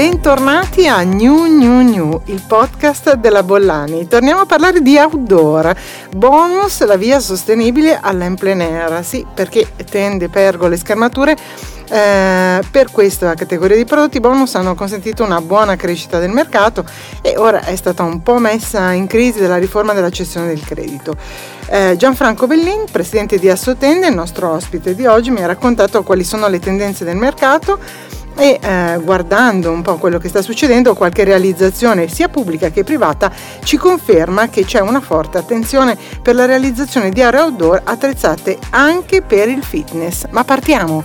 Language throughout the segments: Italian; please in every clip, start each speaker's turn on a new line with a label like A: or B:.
A: Bentornati a New, il podcast della Bollani. Torniamo a parlare di outdoor, bonus, la via sostenibile all'en plein air. Sì, perché tende, pergole, schermature, per questa categoria di prodotti bonus hanno consentito una buona crescita del mercato e ora è stata un po' messa in crisi dalla riforma della cessione del credito. Gianfranco Bellin, presidente di Assotende, il nostro ospite di oggi, mi ha raccontato quali sono le tendenze del mercato e guardando un po' quello che sta succedendo, qualche realizzazione sia pubblica che privata ci conferma che c'è una forte attenzione per la realizzazione di aree outdoor attrezzate anche per il fitness. Ma partiamo!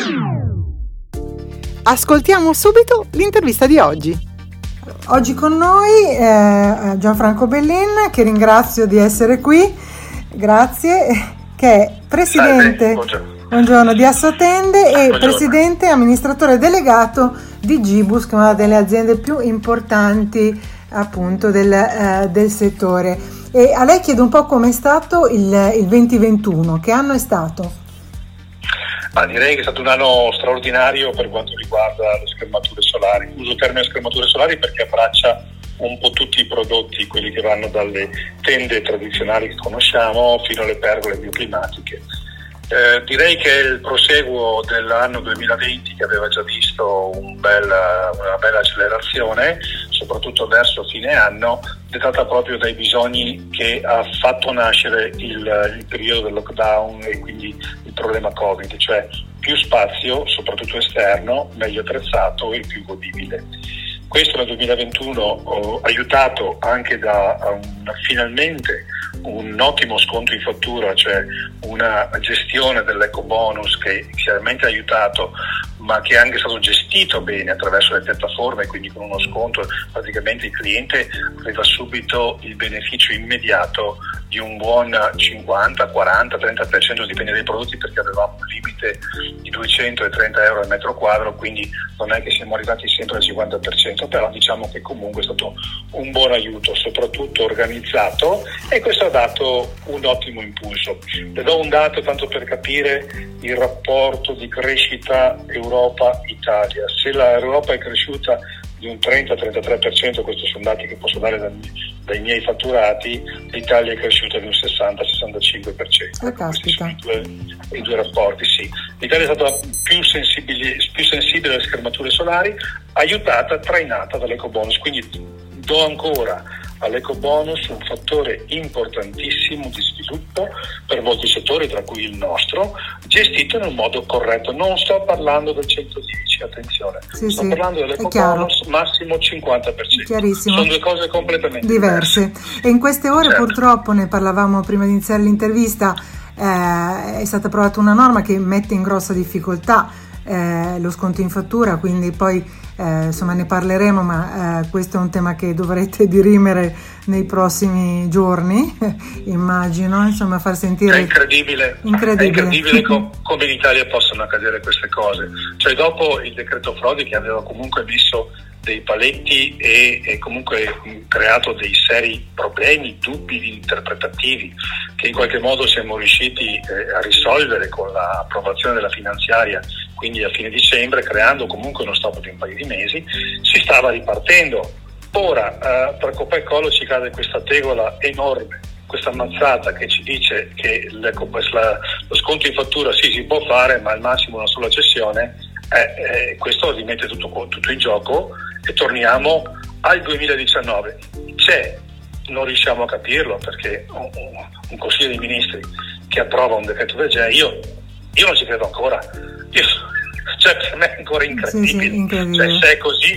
A: Ascoltiamo subito l'intervista di oggi. Oggi con noi Gianfranco Bellin, che ringrazio di essere qui, grazie, che è presidente buongiorno, di Assotende e presidente e amministratore delegato di Gibus, che è una delle aziende più importanti appunto del settore. E a lei chiedo un po' come è stato il 2021, che anno è stato?
B: Direi che è stato un anno straordinario per quanto riguarda le schermature solari. Uso il termine schermature solari perché abbraccia un po' tutti i prodotti, quelli che vanno dalle tende tradizionali che conosciamo fino alle pergole bioclimatiche. Direi che il proseguo dell'anno 2020, che aveva già visto una bella accelerazione, soprattutto verso fine anno, dettata proprio dai bisogni che ha fatto nascere il periodo del lockdown e quindi il problema Covid, cioè più spazio, soprattutto esterno, meglio attrezzato e più godibile. Questo nel 2021 aiutato anche da finalmente un ottimo sconto in fattura, cioè una gestione dell'ecobonus che chiaramente ha aiutato, ma che è anche stato gestito bene attraverso le piattaforme, quindi con uno sconto praticamente il cliente aveva subito il beneficio immediato di un buon 50, 40, 30%, dipende dai prodotti, perché avevamo un limite di 230 euro al metro quadro, quindi non è che siamo arrivati sempre al 50%, però diciamo che comunque è stato un buon aiuto, soprattutto organizzato, e questo ha dato un ottimo impulso. Le do un dato tanto per capire il rapporto di crescita Europa-Italia. Se l'Europa è cresciuta di un 30-33%, questi sono dati che posso dare dai miei fatturati, l'Italia è cresciuta di un 60-65%. Questi sono i due rapporti, sì. L'Italia è stata più sensibile alle schermature solari, aiutata, trainata dall'ecobonus, quindi do ancora all'ecobonus un fattore importantissimo di sviluppo per molti settori, tra cui il nostro, gestito in un modo corretto. Non sto parlando del 110, attenzione, sto parlando dell'ecobonus massimo 50%.
A: Chiarissimo.
B: Sono due cose completamente
A: diverse. E in queste ore purtroppo, ne parlavamo prima di iniziare l'intervista, è stata approvata una norma che mette in grossa difficoltà lo sconto in fattura, quindi poi insomma ne parleremo, ma questo è un tema che dovrete dirimere nei prossimi giorni, immagino, insomma, far sentire.
B: È incredibile come in Italia possono accadere queste cose, cioè dopo il decreto Prodi, che aveva comunque messo dei paletti e comunque creato dei seri problemi, dubbi interpretativi, che in qualche modo siamo riusciti a risolvere con l'approvazione della finanziaria, quindi a fine dicembre, creando comunque uno stop di un paio di mesi, si stava ripartendo. Ora tra Coppa e Collo ci cade questa tegola enorme, questa mazzata che ci dice che lo sconto in fattura sì, si può fare, ma al massimo una sola cessione. Questo rimette tutto in gioco e torniamo al 2019. Non riusciamo a capirlo, perché un Consiglio dei Ministri che approva un decreto del genere, io non ci credo ancora. Per me è ancora incredibile. Sì, incredibile. Se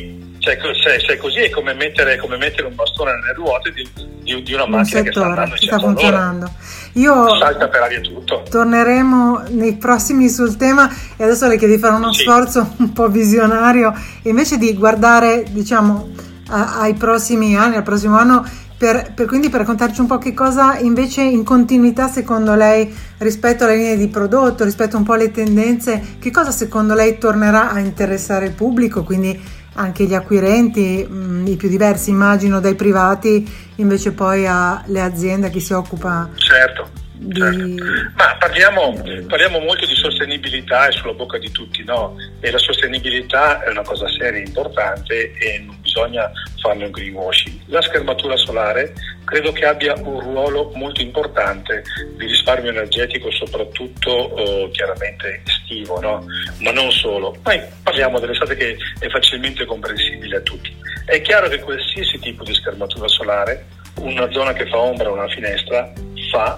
B: è così è come mettere un bastone nelle ruote di una macchina che sta funzionando.
A: Io
B: salta per aria tutto.
A: Torneremo nei prossimi sul tema, e adesso le chiedo di fare uno sforzo un po' visionario, invece di guardare, diciamo, ai prossimi anni, al prossimo anno, per raccontarci un po' che cosa invece in continuità secondo lei rispetto alle linee di prodotto, rispetto un po' alle tendenze, che cosa secondo lei tornerà a interessare il pubblico, quindi anche gli acquirenti, i più diversi, immagino, dai privati invece poi alle aziende, a chi si occupa.
B: Certo. Ma parliamo molto di sostenibilità, è sulla bocca di tutti, no? E la sostenibilità è una cosa seria e importante e non bisogna farne un greenwashing. La schermatura solare credo che abbia un ruolo molto importante di risparmio energetico, soprattutto chiaramente estivo, no? Ma non solo. Poi parliamo dell'estate, che è facilmente comprensibile a tutti. È chiaro che qualsiasi tipo di schermatura solare, una zona che fa ombra, una finestra, fa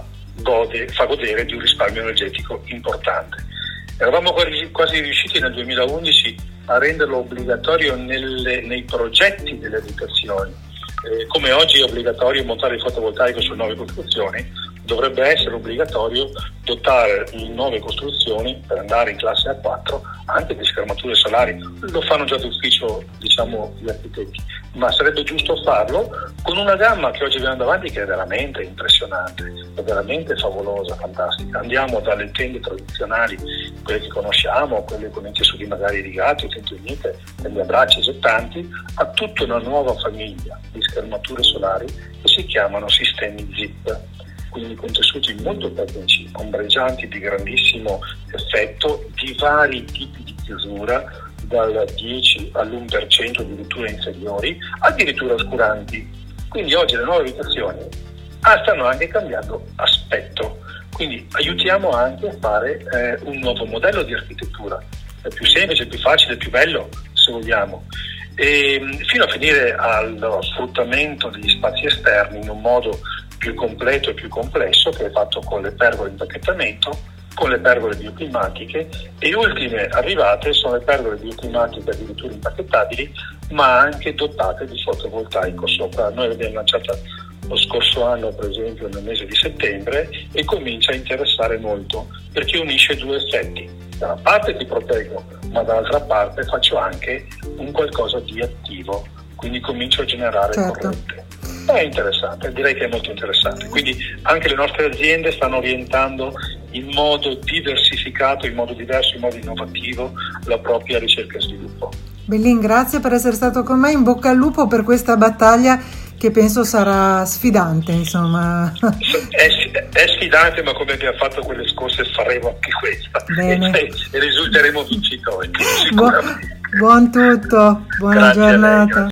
B: godere di un risparmio energetico importante. Eravamo quasi riusciti nel 2011 a renderlo obbligatorio nei progetti delle abitazioni. Come oggi è obbligatorio montare il fotovoltaico su nuove costruzioni, dovrebbe essere obbligatorio dotare le nuove costruzioni, per andare in classe A4, anche di schermature solari. Lo fanno già d'ufficio, gli architetti, ma sarebbe giusto farlo con una gamma che oggi abbiamo davanti, che è veramente impressionante, è veramente favolosa, fantastica. Andiamo dalle tende tradizionali, quelle che conosciamo, quelle con i tessuti magari rigati o tinte unite, tende a braccia gettanti, a tutta una nuova famiglia di schermature solari che si chiamano sistemi ZIP, quindi con tessuti molto tecnici, ombreggianti di grandissimo effetto, di vari tipi di chiusura, dal 10 all'1% addirittura inferiori, addirittura oscuranti. Quindi oggi le nuove abitazioni stanno anche cambiando aspetto, quindi aiutiamo anche a fare un nuovo modello di architettura, è più semplice, più facile, più bello, se vogliamo, e fino a finire allo sfruttamento degli spazi esterni in un modo più completo e più complesso, che è fatto con le pergole in pacchettamento, con le pergole bioclimatiche, e le ultime arrivate sono le pergole bioclimatiche addirittura impacchettabili, ma anche dotate di fotovoltaico sopra. Noi l'abbiamo lanciata lo scorso anno, per esempio nel mese di settembre, e comincia a interessare molto perché unisce due effetti: da una parte ti proteggo, ma dall'altra parte faccio anche un qualcosa di attivo, quindi comincio a generare corrente. È interessante, direi che è molto interessante. Quindi anche le nostre aziende stanno orientando in modo diversificato, in modo diverso, in modo innovativo la propria ricerca e sviluppo.
A: Bellin, grazie per essere stato con me, in bocca al lupo per questa battaglia che penso sarà sfidante, insomma.
B: È sfidante, ma come abbiamo fatto quelle scorse faremo anche questa.
A: Bene.
B: E risulteremo vincitori, sicuramente.
A: Buon tutto, buona
B: Grazie
A: giornata.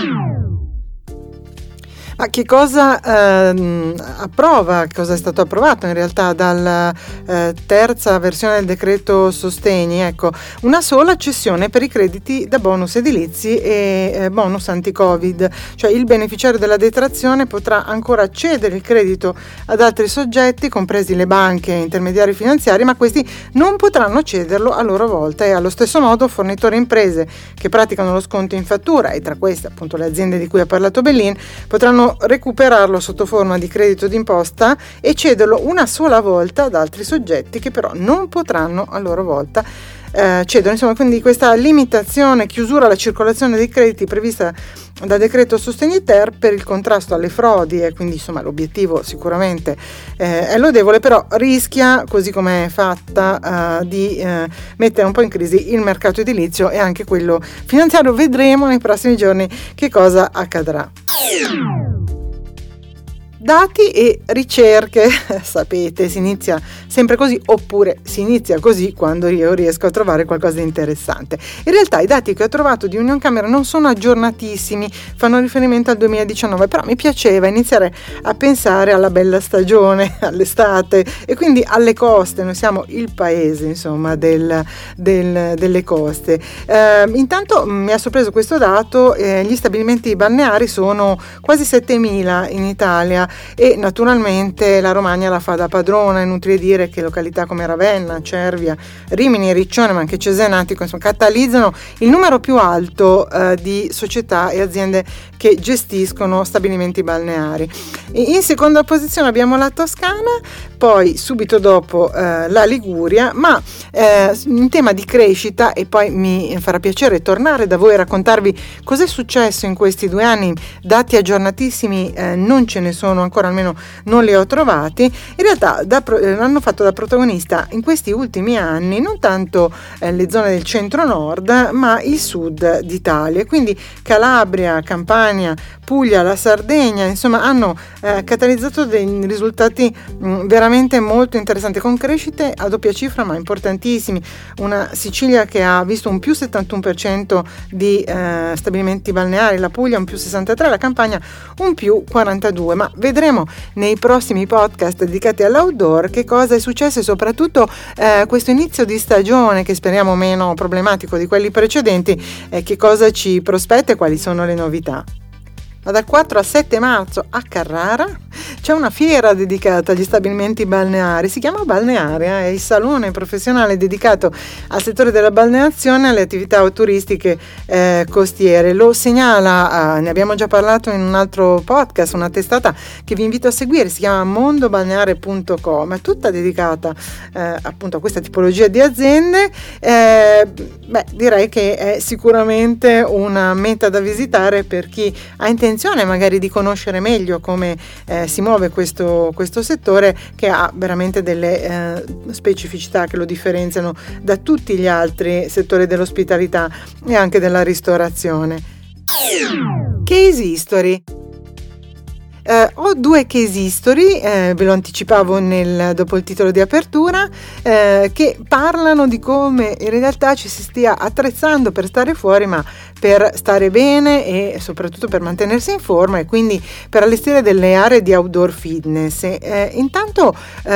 A: Ma che cosa approva, cosa è stato approvato in realtà dalla terza versione del decreto sostegni? Ecco, una sola cessione per i crediti da bonus edilizi e bonus anti-Covid, cioè il beneficiario della detrazione potrà ancora cedere il credito ad altri soggetti, compresi le banche e intermediari finanziari, ma questi non potranno cederlo a loro volta, e allo stesso modo fornitori e imprese che praticano lo sconto in fattura, e tra queste appunto le aziende di cui ha parlato Bellin, potranno recuperarlo sotto forma di credito d'imposta e cederlo una sola volta ad altri soggetti che però non potranno a loro volta cederlo. Insomma, quindi questa limitazione, chiusura alla circolazione dei crediti prevista dal decreto sostegni ter per il contrasto alle frodi, e quindi insomma l'obiettivo sicuramente è lodevole, però rischia, così come è fatta, di mettere un po' in crisi il mercato edilizio e anche quello finanziario. Vedremo nei prossimi giorni che cosa accadrà. Dati e ricerche, sapete, si inizia sempre così, oppure si inizia così quando io riesco a trovare qualcosa di interessante. In realtà i dati che ho trovato di Unioncamere non sono aggiornatissimi, fanno riferimento al 2019, però mi piaceva iniziare a pensare alla bella stagione, all'estate, e quindi alle coste. Noi siamo il paese, insomma, delle coste. Intanto mi ha sorpreso questo dato, gli stabilimenti balneari sono quasi 7.000 in Italia, e naturalmente la Romagna la fa da padrona. È inutile dire che località come Ravenna, Cervia, Rimini, Riccione, ma anche Cesenatico, insomma, catalizzano il numero più alto di società e aziende che gestiscono stabilimenti balneari. In seconda posizione abbiamo la Toscana, poi subito dopo la Liguria, ma in tema di crescita, e poi mi farà piacere tornare da voi e raccontarvi cos'è successo in questi 2 anni. Dati aggiornatissimi non ce ne sono esistono ancora, almeno non li ho trovati. In realtà hanno fatto da protagonista in questi ultimi anni non tanto le zone del centro-nord, ma il sud d'Italia, quindi Calabria, Campania, Puglia, la Sardegna, insomma hanno catalizzato dei risultati veramente molto interessanti, con crescite a doppia cifra ma importantissimi. Una Sicilia che ha visto un più 71% di stabilimenti balneari, la Puglia un più 63%, la Campania un più 42%, ma vedremo nei prossimi podcast dedicati all'outdoor che cosa è successo e soprattutto questo inizio di stagione, che speriamo meno problematico di quelli precedenti, che cosa ci prospetta e quali sono le novità. Ma dal 4 al 7 marzo a Carrara c'è una fiera dedicata agli stabilimenti balneari, si chiama Balnearia, è il salone professionale dedicato al settore della balneazione e alle attività turistiche costiere. Lo segnala, ne abbiamo già parlato in un altro podcast, una testata che vi invito a seguire, si chiama mondobalneare.com, è tutta dedicata appunto a questa tipologia di aziende. Direi che è sicuramente una meta da visitare per chi ha intenzione magari di conoscere meglio come si muove questo settore, che ha veramente delle specificità che lo differenziano da tutti gli altri settori dell'ospitalità e anche della ristorazione. Case history. Ho due case history, ve lo anticipavo dopo il titolo di apertura, che parlano di come in realtà ci si stia attrezzando per stare fuori, ma per stare bene e soprattutto per mantenersi in forma, e quindi per allestire delle aree di outdoor fitness. Intanto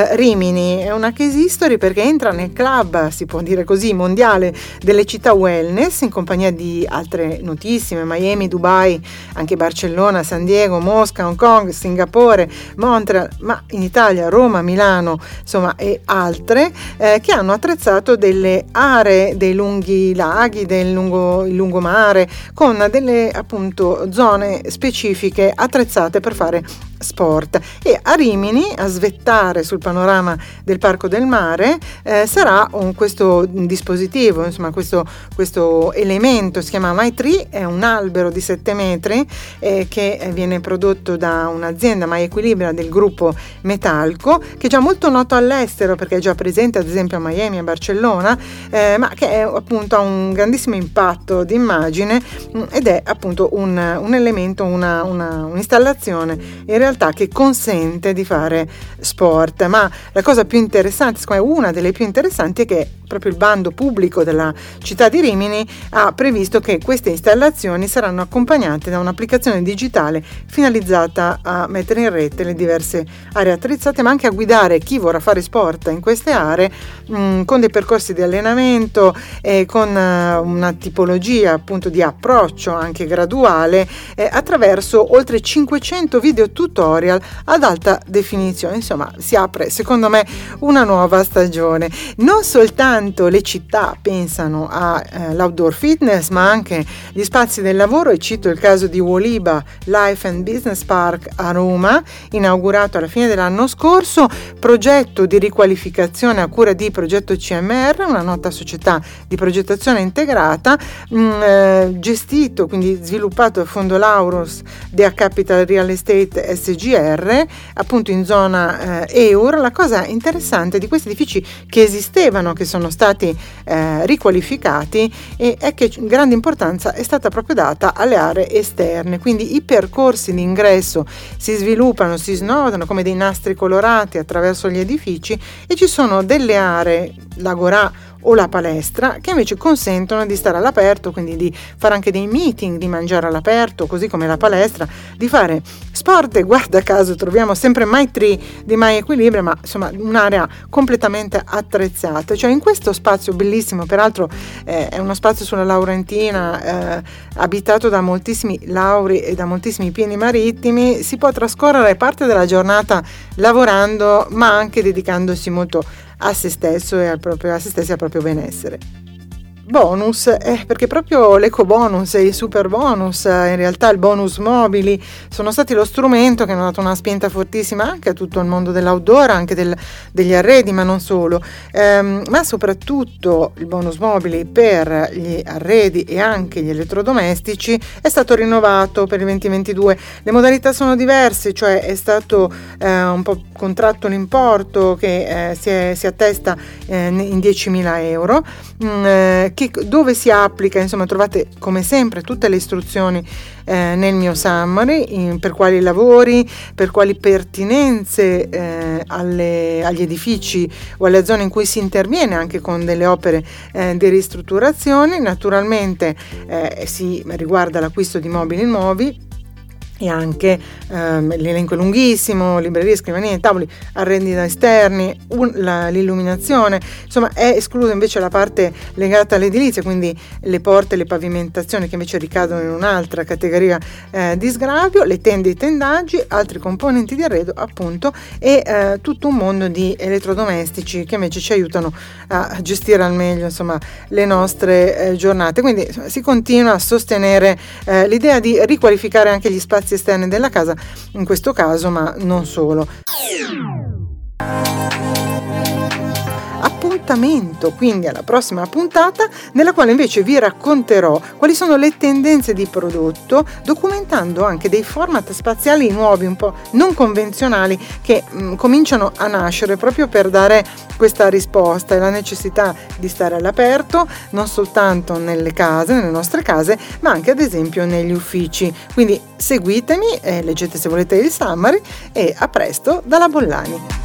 A: Rimini è una case history perché entra nel club, si può dire così, mondiale delle città wellness, in compagnia di altre notissime: Miami, Dubai, anche Barcellona, San Diego, Mosca, Hong Kong, Singapore, Montreal, ma in Italia Roma, Milano, insomma, e altre, che hanno attrezzato delle aree dei lunghi laghi, il lungomare, con delle appunto zone specifiche attrezzate per fare sport. E a Rimini, a svettare sul panorama del Parco del Mare, sarà questo dispositivo, insomma questo elemento, si chiama My Tree, è un albero di 7 metri che viene prodotto da un'azienda, My Equilibria, del gruppo Metalco, che è già molto noto all'estero perché è già presente ad esempio a Miami, a Barcellona, ma che è appunto ha un grandissimo impatto di immagine ed è appunto un elemento, un'installazione in realtà che consente di fare sport. Ma la cosa più interessante, secondo me una delle più interessanti, è che proprio il bando pubblico della città di Rimini ha previsto che queste installazioni saranno accompagnate da un'applicazione digitale finalizzata a mettere in rete le diverse aree attrezzate, ma anche a guidare chi vorrà fare sport in queste aree con dei percorsi di allenamento e con una tipologia appunto di approccio anche graduale attraverso oltre 500 video tutorial ad alta definizione. Insomma, si apre secondo me una nuova stagione. Non soltanto le città pensano all'outdoor fitness, ma anche gli spazi del lavoro, e cito il caso di Woliba Life and Business Park a Roma, inaugurato alla fine dell'anno scorso, progetto di riqualificazione a cura di Progetto CMR, una nota società di progettazione integrata, gestito, quindi sviluppato a fondo Lauros Dea Capital Real Estate SGR, appunto in zona EUR. La cosa interessante di questi edifici che esistevano, che sono stati riqualificati, è che grande importanza è stata proprio data alle aree esterne, quindi i percorsi di ingresso si sviluppano, si snodano come dei nastri colorati attraverso gli edifici, e ci sono delle aree, l'agorà o la palestra, che invece consentono di stare all'aperto, quindi di fare anche dei meeting, di mangiare all'aperto, così come la palestra, di fare sport. E guarda caso troviamo sempre My Tree di My Equilibria, ma insomma un'area completamente attrezzata, cioè in questo spazio bellissimo, peraltro è uno spazio sulla Laurentina, abitato da moltissimi lauri e da moltissimi piani marittimi, si può trascorrere parte della giornata lavorando, ma anche dedicandosi molto a se stesso e al proprio benessere. bonus, perché proprio l'eco bonus e i super bonus, in realtà il bonus mobili, sono stati lo strumento che hanno dato una spinta fortissima anche a tutto il mondo dell'outdoor, anche degli arredi, ma non solo, ma soprattutto il bonus mobili per gli arredi e anche gli elettrodomestici è stato rinnovato per il 2022. Le modalità sono diverse, cioè è stato un po' contratto l'importo che si attesta in 10.000 euro, dove si applica, insomma trovate come sempre tutte le istruzioni nel mio summary, per quali lavori, per quali pertinenze agli edifici o alle zone in cui si interviene anche con delle opere di ristrutturazione. Naturalmente si riguarda l'acquisto di mobili nuovi e anche l'elenco è lunghissimo: librerie, scrivanie, tavoli, arredi da esterni, l'illuminazione, insomma è esclusa invece la parte legata all'edilizia, quindi le porte e le pavimentazioni, che invece ricadono in un'altra categoria di sgravio, le tende e i tendaggi, altri componenti di arredo appunto, e tutto un mondo di elettrodomestici che invece ci aiutano a gestire al meglio, insomma, le nostre giornate. Quindi si continua a sostenere l'idea di riqualificare anche gli spazi esterni della casa, in questo caso, ma non solo. Appuntamento quindi alla prossima puntata, nella quale invece vi racconterò quali sono le tendenze di prodotto, documentando anche dei format spaziali nuovi, un po' non convenzionali, che cominciano a nascere proprio per dare questa risposta e la necessità di stare all'aperto, non soltanto nelle nostre case, ma anche ad esempio negli uffici. Quindi seguitemi, leggete se volete il summary, e a presto dalla Bollani.